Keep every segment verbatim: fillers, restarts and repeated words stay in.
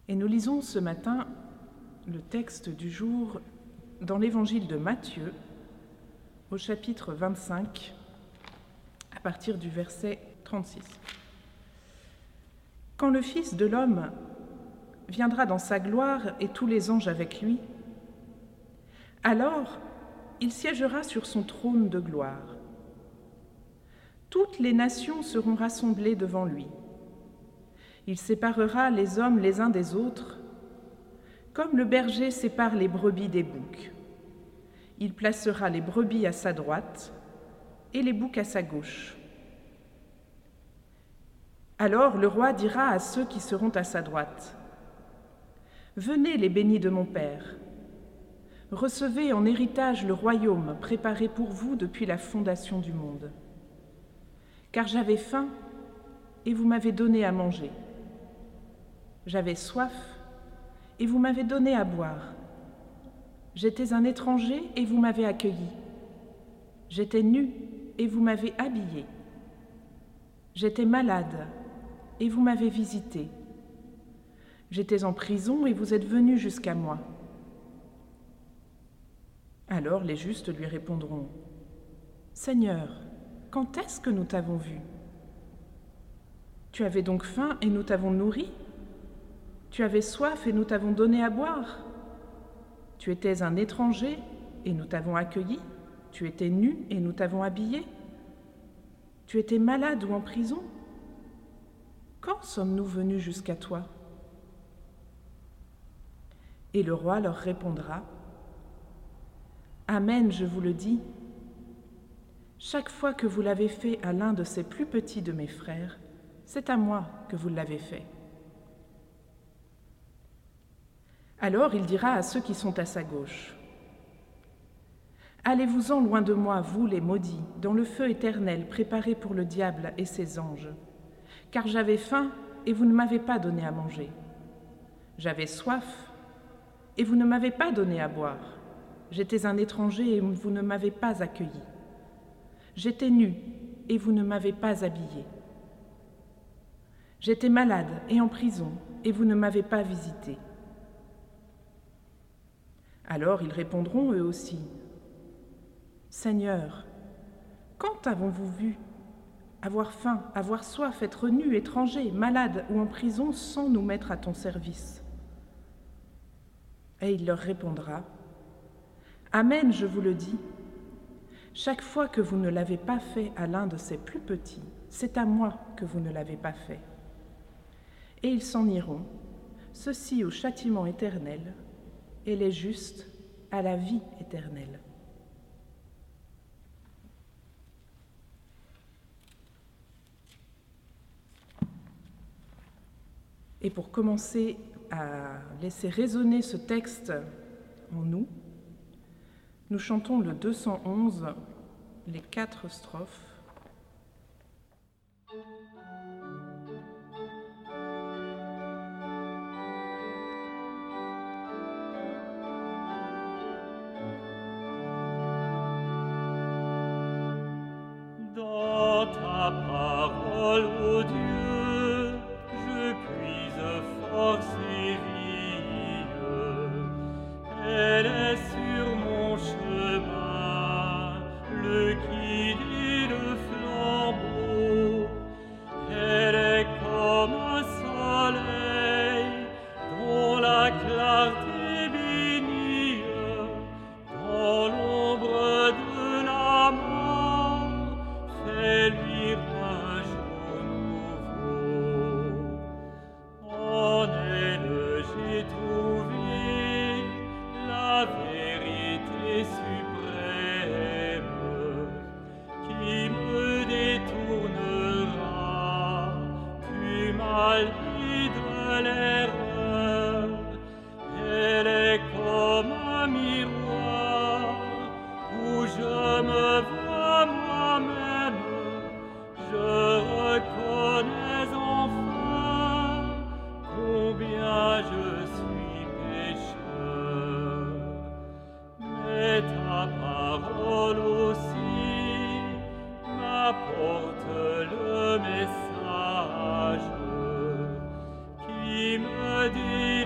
Et nous lisons ce matin le texte du jour dans l'évangile de Matthieu, au chapitre vingt-cinq, à partir du verset trente-six. Quand le Fils de l'homme viendra dans sa gloire et tous les anges avec lui, alors il siégera sur son trône de gloire. Toutes les nations seront rassemblées devant lui. Il séparera les hommes les uns des autres, comme le berger sépare les brebis des boucs. Il placera les brebis à sa droite et les boucs à sa gauche. Alors le roi dira à ceux qui seront à sa droite, « Venez les bénis de mon Père, recevez en héritage le royaume préparé pour vous depuis la fondation du monde. Car j'avais faim et vous m'avez donné à manger. J'avais soif et vous m'avez donné à boire. J'étais un étranger et vous m'avez accueilli. J'étais nu et vous m'avez habillé. J'étais malade et vous m'avez visité. J'étais en prison et vous êtes venus jusqu'à moi. » Alors les justes lui répondront, « Seigneur, quand est-ce que nous t'avons vu? Tu avais donc faim et nous t'avons nourri? Tu avais soif et nous t'avons donné à boire? Tu étais un étranger et nous t'avons accueilli? Tu étais nu et nous t'avons habillé? Tu étais malade ou en prison? Quand sommes-nous venus jusqu'à toi? » Et le roi leur répondra, « Amen, je vous le dis, chaque fois que vous l'avez fait à l'un de ces plus petits de mes frères, c'est à moi que vous l'avez fait. » Alors il dira à ceux qui sont à sa gauche, « Allez-vous-en loin de moi, vous les maudits, dans le feu éternel préparé pour le diable et ses anges, car j'avais faim et vous ne m'avez pas donné à manger. J'avais soif et vous ne m'avez pas donné à boire. J'étais un étranger et vous ne m'avez pas accueilli. J'étais nu et vous ne m'avez pas habillé. J'étais malade et en prison et vous ne m'avez pas visité. » Alors ils répondront eux aussi, « Seigneur, quand avons-vous vu avoir faim, avoir soif, être nu, étranger, malade ou en prison sans nous mettre à ton service ?» Et il leur répondra, « Amen, je vous le dis, chaque fois que vous ne l'avez pas fait à l'un de ces plus petits, c'est à moi que vous ne l'avez pas fait. » Et ils s'en iront, ceux-ci au châtiment éternel, et les justes à la vie éternelle. Et pour commencer à laisser résonner ce texte en nous, nous chantons le deux cent onze, les quatre strophes. Dans ta parole, ô Dieu, je puise force et vie. Elle est sur mon chemin, le guide et le flambeau. Elle est comme un soleil dont la clarté bénit, dans l'ombre de la mort, fait luire un jour nouveau. En elle j'ai trouvé la vérité suprême qui me détournera du mal et de l'erreur. Elle est comme un miroir où je me vois moi-même. Je reconnais enfin combien je suis pécheur. Mais ta parole aussi m'apporte le message qui me dit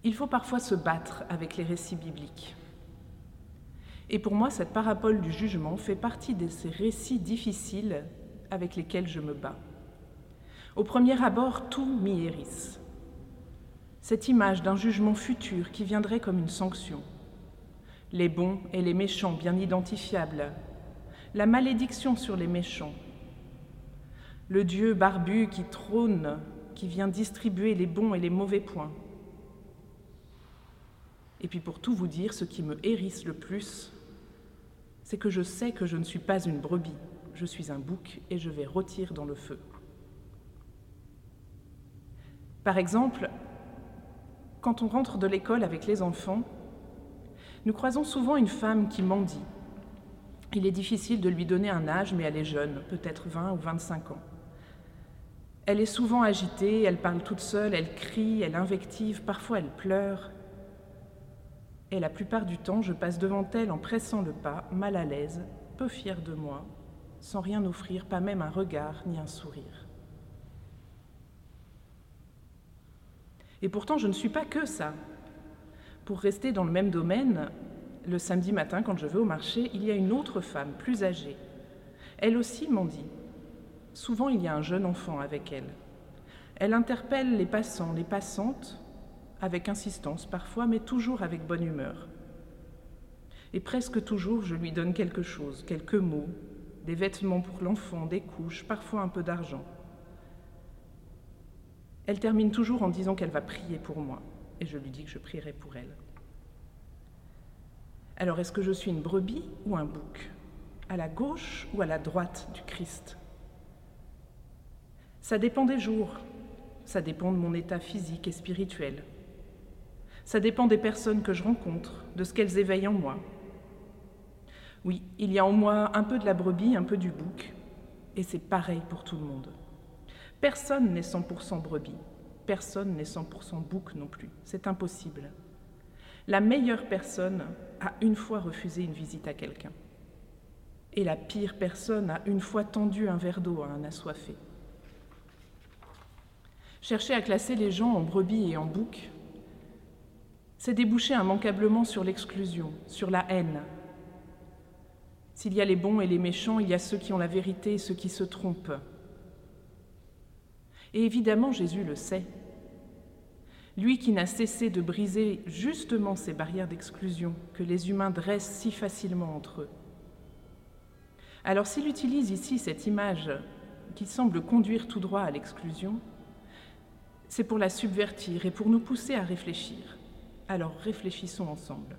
Il faut parfois se battre avec les récits bibliques. Et pour moi, cette parabole du jugement fait partie de ces récits difficiles avec lesquels je me bats. Au premier abord, tout m'y hérisse. Cette image d'un jugement futur qui viendrait comme une sanction. Les bons et les méchants bien identifiables. La malédiction sur les méchants. Le Dieu barbu qui trône, qui vient distribuer les bons et les mauvais points. Et puis pour tout vous dire, ce qui me hérisse le plus, c'est que je sais que je ne suis pas une brebis, je suis un bouc et je vais rôtir dans le feu. Par exemple, quand on rentre de l'école avec les enfants, nous croisons souvent une femme qui mendie. Il est difficile de lui donner un âge, mais elle est jeune, peut-être vingt ou vingt-cinq ans. Elle est souvent agitée, elle parle toute seule, elle crie, elle invective, parfois elle pleure. Et la plupart du temps, je passe devant elle en pressant le pas, mal à l'aise, peu fière de moi, sans rien offrir, pas même un regard ni un sourire. Et pourtant, je ne suis pas que ça. Pour rester dans le même domaine, le samedi matin, quand je vais au marché, il y a une autre femme, plus âgée. Elle aussi mendie. Souvent, il y a un jeune enfant avec elle. Elle interpelle les passants, les passantes, avec insistance parfois, mais toujours avec bonne humeur. Et presque toujours, je lui donne quelque chose, quelques mots, des vêtements pour l'enfant, des couches, parfois un peu d'argent. Elle termine toujours en disant qu'elle va prier pour moi, et je lui dis que je prierai pour elle. Alors, est-ce que je suis une brebis ou un bouc? À la gauche ou à la droite du Christ? Ça dépend des jours, ça dépend de mon état physique et spirituel. Ça dépend des personnes que je rencontre, de ce qu'elles éveillent en moi. Oui, il y a en moi un peu de la brebis, un peu du bouc, et c'est pareil pour tout le monde. Personne n'est cent pour cent brebis, personne n'est cent pour cent bouc non plus, c'est impossible. La meilleure personne a une fois refusé une visite à quelqu'un. Et la pire personne a une fois tendu un verre d'eau à un assoiffé. Chercher à classer les gens en brebis et en bouc, c'est déboucher immanquablement sur l'exclusion, sur la haine. S'il y a les bons et les méchants, il y a ceux qui ont la vérité et ceux qui se trompent. Et évidemment, Jésus le sait. Lui qui n'a cessé de briser justement ces barrières d'exclusion que les humains dressent si facilement entre eux. Alors s'il utilise ici cette image qui semble conduire tout droit à l'exclusion, c'est pour la subvertir et pour nous pousser à réfléchir. Alors réfléchissons ensemble.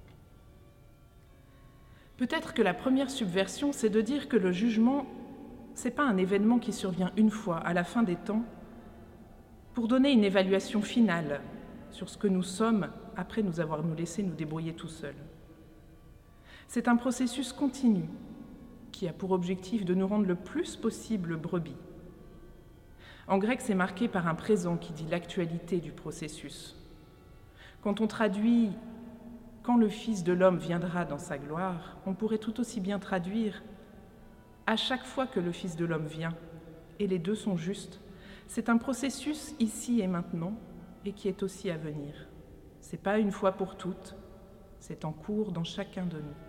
Peut-être que la première subversion, c'est de dire que le jugement, c'est pas un événement qui survient une fois, à la fin des temps, pour donner une évaluation finale sur ce que nous sommes après nous avoir nous laissé nous débrouiller tout seuls. C'est un processus continu qui a pour objectif de nous rendre le plus possible brebis. En grec, c'est marqué par un présent qui dit l'actualité du processus. Quand on traduit « quand le Fils de l'homme viendra dans sa gloire », on pourrait tout aussi bien traduire « à chaque fois que le Fils de l'homme vient », et les deux sont justes. C'est un processus ici et maintenant, et qui est aussi à venir. Ce n'est pas une fois pour toutes, c'est en cours dans chacun de nous.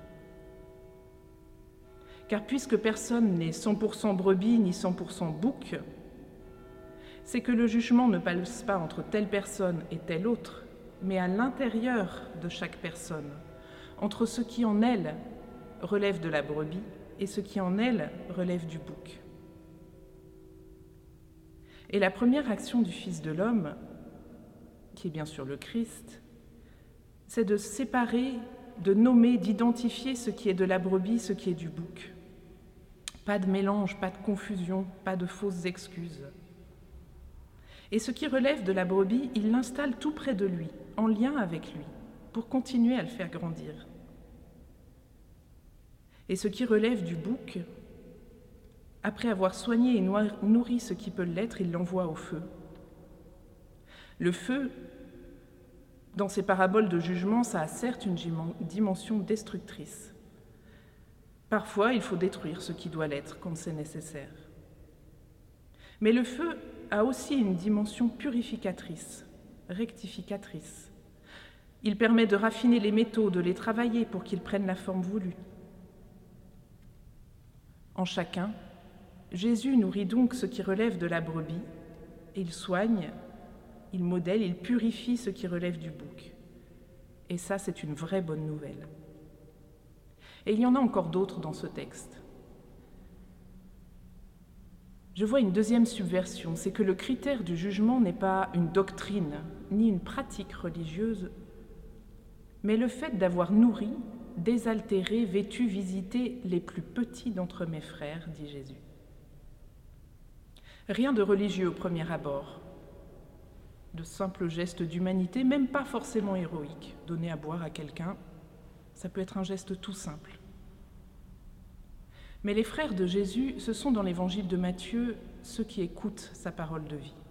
Car puisque personne n'est cent pour cent brebis ni cent pour cent bouc, c'est que le jugement ne passe pas entre telle personne et telle autre, mais à l'intérieur de chaque personne, entre ce qui en elle relève de la brebis et ce qui en elle relève du bouc. Et la première action du Fils de l'homme, qui est bien sûr le Christ, c'est de séparer, de nommer, d'identifier ce qui est de la brebis, ce qui est du bouc. Pas de mélange, pas de confusion, pas de fausses excuses. Et ce qui relève de la brebis, il l'installe tout près de lui, en lien avec lui, pour continuer à le faire grandir. Et ce qui relève du bouc, après avoir soigné et nourri ce qui peut l'être, il l'envoie au feu. Le feu, dans ces paraboles de jugement, ça a certes une dimension destructrice. Parfois, il faut détruire ce qui doit l'être quand c'est nécessaire. Mais le feu a aussi une dimension purificatrice, rectificatrice. Il permet de raffiner les métaux, de les travailler pour qu'ils prennent la forme voulue. En chacun, Jésus nourrit donc ce qui relève de la brebis, et il soigne, il modèle, il purifie ce qui relève du bouc. Et ça, c'est une vraie bonne nouvelle. Et il y en a encore d'autres dans ce texte. Je vois une deuxième subversion, c'est que le critère du jugement n'est pas une doctrine, ni une pratique religieuse, mais le fait d'avoir nourri, désaltéré, vêtu, visité les plus petits d'entre mes frères, dit Jésus. Rien de religieux au premier abord, de simples gestes d'humanité, même pas forcément héroïques. Donner à boire à quelqu'un, ça peut être un geste tout simple. Mais les frères de Jésus, ce sont dans l'évangile de Matthieu ceux qui écoutent sa parole de vie.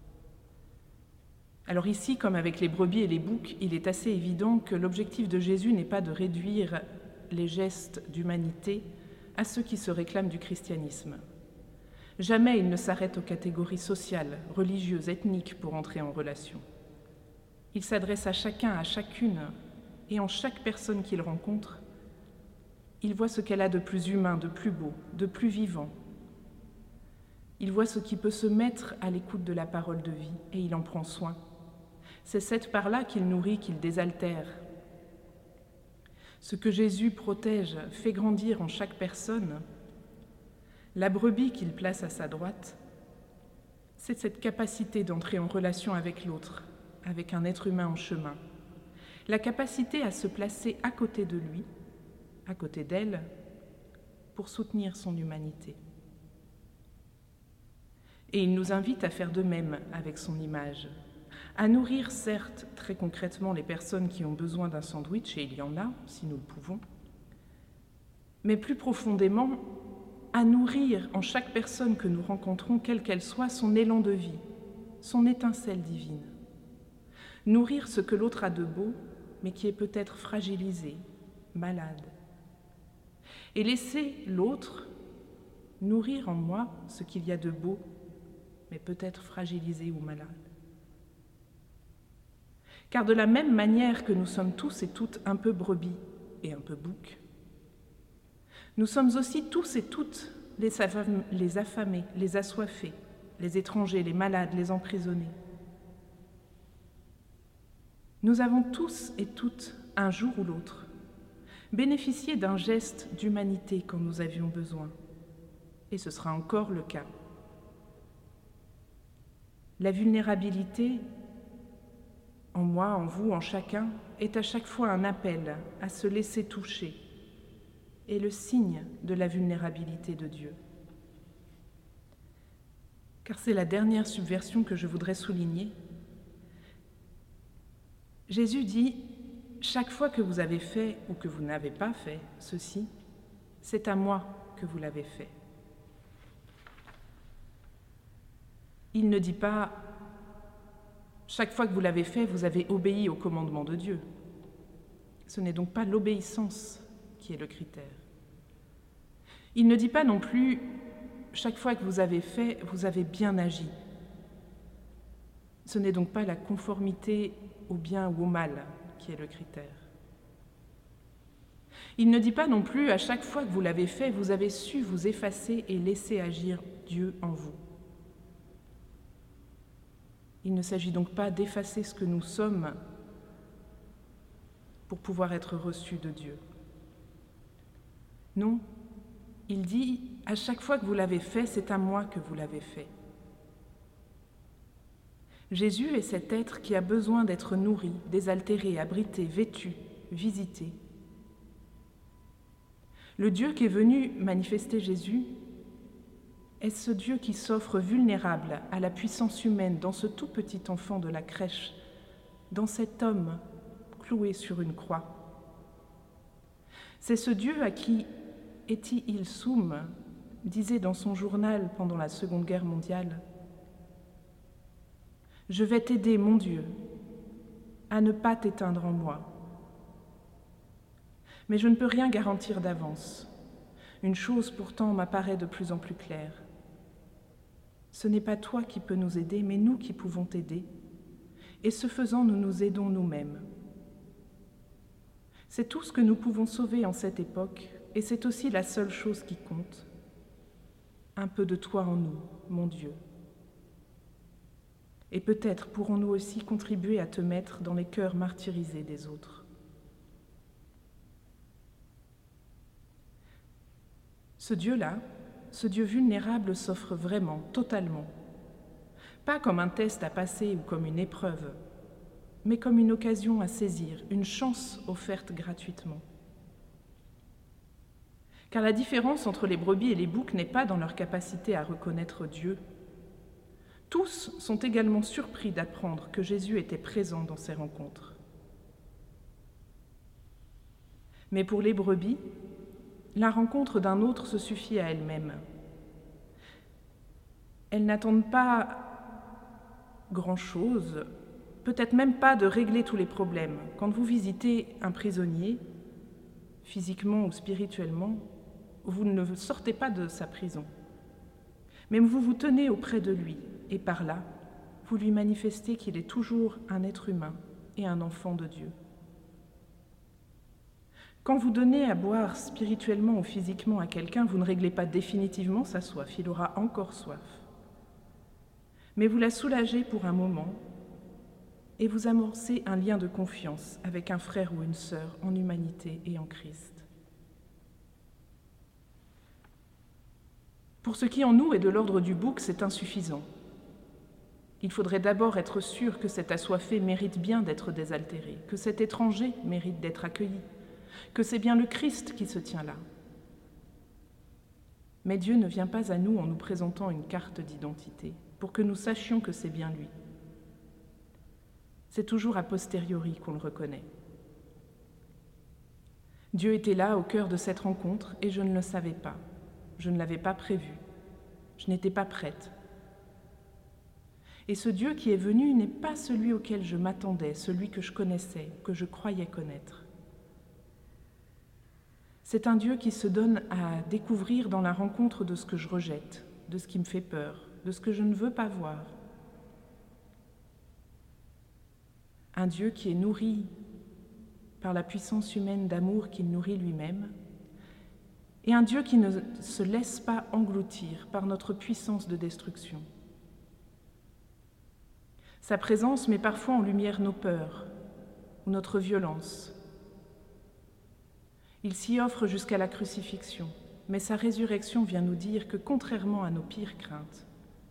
Alors ici, comme avec les brebis et les boucs, il est assez évident que l'objectif de Jésus n'est pas de réduire les gestes d'humanité à ceux qui se réclament du christianisme. Jamais il ne s'arrête aux catégories sociales, religieuses, ethniques pour entrer en relation. Il s'adresse à chacun, à chacune, et en chaque personne qu'il rencontre, il voit ce qu'elle a de plus humain, de plus beau, de plus vivant. Il voit ce qui peut se mettre à l'écoute de la parole de vie, et il en prend soin. C'est cette part-là qu'il nourrit, qu'il désaltère. Ce que Jésus protège, fait grandir en chaque personne, la brebis qu'il place à sa droite, c'est cette capacité d'entrer en relation avec l'autre, avec un être humain en chemin. La capacité à se placer à côté de lui, à côté d'elle, pour soutenir son humanité. Et il nous invite à faire de même avec son image, à nourrir certes très concrètement les personnes qui ont besoin d'un sandwich, et il y en a, si nous le pouvons, mais plus profondément, à nourrir en chaque personne que nous rencontrons, quelle qu'elle soit, son élan de vie, son étincelle divine. Nourrir ce que l'autre a de beau, mais qui est peut-être fragilisé, malade. Et laisser l'autre nourrir en moi ce qu'il y a de beau, mais peut-être fragilisé ou malade. Car de la même manière que nous sommes tous et toutes un peu brebis et un peu boucs, nous sommes aussi tous et toutes les affamés, les assoiffés, les étrangers, les malades, les emprisonnés. Nous avons tous et toutes, un jour ou l'autre, bénéficié d'un geste d'humanité quand nous avions besoin, et ce sera encore le cas. La vulnérabilité, en moi, en vous, en chacun, est à chaque fois un appel à se laisser toucher, et le signe de la vulnérabilité de Dieu. Car c'est la dernière subversion que je voudrais souligner. Jésus dit « Chaque fois que vous avez fait ou que vous n'avez pas fait ceci, c'est à moi que vous l'avez fait. » Il ne dit pas « Chaque fois que vous l'avez fait, vous avez obéi au commandement de Dieu. » Ce n'est donc pas l'obéissance qui est le critère. Il ne dit pas non plus « Chaque fois que vous avez fait, vous avez bien agi. » Ce n'est donc pas la conformité au bien ou au mal qui est le critère. Il ne dit pas non plus « À chaque fois que vous l'avez fait, vous avez su vous effacer et laisser agir Dieu en vous. » Il ne s'agit donc pas d'effacer ce que nous sommes pour pouvoir être reçus de Dieu. Non, il dit « À chaque fois que vous l'avez fait, c'est à moi que vous l'avez fait. » Jésus est cet être qui a besoin d'être nourri, désaltéré, abrité, vêtu, visité. Le Dieu qui est venu manifester Jésus est ce Dieu qui s'offre vulnérable à la puissance humaine dans ce tout petit enfant de la crèche, dans cet homme cloué sur une croix. C'est ce Dieu à qui Eti Il-Soum disait dans son journal pendant la Seconde Guerre mondiale « Je vais t'aider, mon Dieu, à ne pas t'éteindre en moi. Mais je ne peux rien garantir d'avance. Une chose pourtant m'apparaît de plus en plus claire. Ce n'est pas toi qui peux nous aider, mais nous qui pouvons t'aider. Et ce faisant, nous nous aidons nous-mêmes. C'est tout ce que nous pouvons sauver en cette époque, et c'est aussi la seule chose qui compte. Un peu de toi en nous, mon Dieu. Et peut-être pourrons-nous aussi contribuer à te mettre dans les cœurs martyrisés des autres. Ce Dieu-là, ce Dieu vulnérable s'offre vraiment, totalement. Pas comme un test à passer ou comme une épreuve, mais comme une occasion à saisir, une chance offerte gratuitement. Car la différence entre les brebis et les boucs n'est pas dans leur capacité à reconnaître Dieu. Tous sont également surpris d'apprendre que Jésus était présent dans ces rencontres. Mais pour les brebis, la rencontre d'un autre se suffit à elle-même. Elles n'attendent pas grand-chose, peut-être même pas de régler tous les problèmes. Quand vous visitez un prisonnier, physiquement ou spirituellement, vous ne sortez pas de sa prison. Mais vous vous tenez auprès de lui, et par là, vous lui manifestez qu'il est toujours un être humain et un enfant de Dieu. Quand vous donnez à boire spirituellement ou physiquement à quelqu'un, vous ne réglez pas définitivement sa soif, il aura encore soif. Mais vous la soulagez pour un moment et vous amorcez un lien de confiance avec un frère ou une sœur en humanité et en Christ. Pour ce qui en nous est de l'ordre du bouc, c'est insuffisant. Il faudrait d'abord être sûr que cet assoiffé mérite bien d'être désaltéré, que cet étranger mérite d'être accueilli, que c'est bien le Christ qui se tient là. Mais Dieu ne vient pas à nous en nous présentant une carte d'identité, pour que nous sachions que c'est bien lui. C'est toujours a posteriori qu'on le reconnaît. Dieu était là au cœur de cette rencontre et je ne le savais pas. Je ne l'avais pas prévu. Je n'étais pas prête. Et ce Dieu qui est venu n'est pas celui auquel je m'attendais, celui que je connaissais, que je croyais connaître. C'est un Dieu qui se donne à découvrir dans la rencontre de ce que je rejette, de ce qui me fait peur, de ce que je ne veux pas voir. Un Dieu qui est nourri par la puissance humaine d'amour qu'il nourrit lui-même, et un Dieu qui ne se laisse pas engloutir par notre puissance de destruction. Sa présence met parfois en lumière nos peurs ou notre violence. Il s'y offre jusqu'à la crucifixion, mais sa résurrection vient nous dire que, contrairement à nos pires craintes,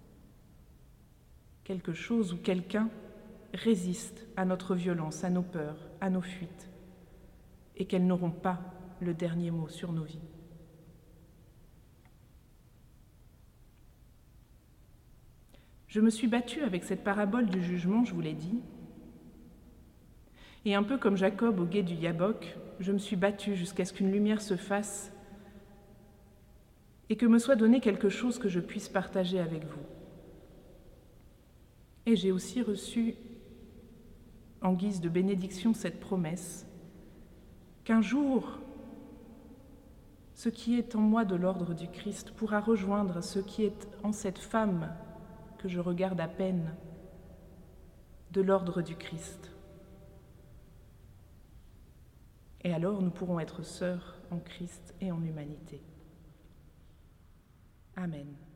quelque chose ou quelqu'un résiste à notre violence, à nos peurs, à nos fuites, et qu'elles n'auront pas le dernier mot sur nos vies. Je me suis battue avec cette parabole du jugement, je vous l'ai dit, et un peu comme Jacob au gué du Yabok, je me suis battue jusqu'à ce qu'une lumière se fasse et que me soit donné quelque chose que je puisse partager avec vous. Et j'ai aussi reçu, en guise de bénédiction, cette promesse qu'un jour, ce qui est en moi de l'ordre du Christ pourra rejoindre ce qui est en cette femme que je regarde à peine de l'ordre du Christ. Et alors nous pourrons être sœurs en Christ et en humanité. Amen.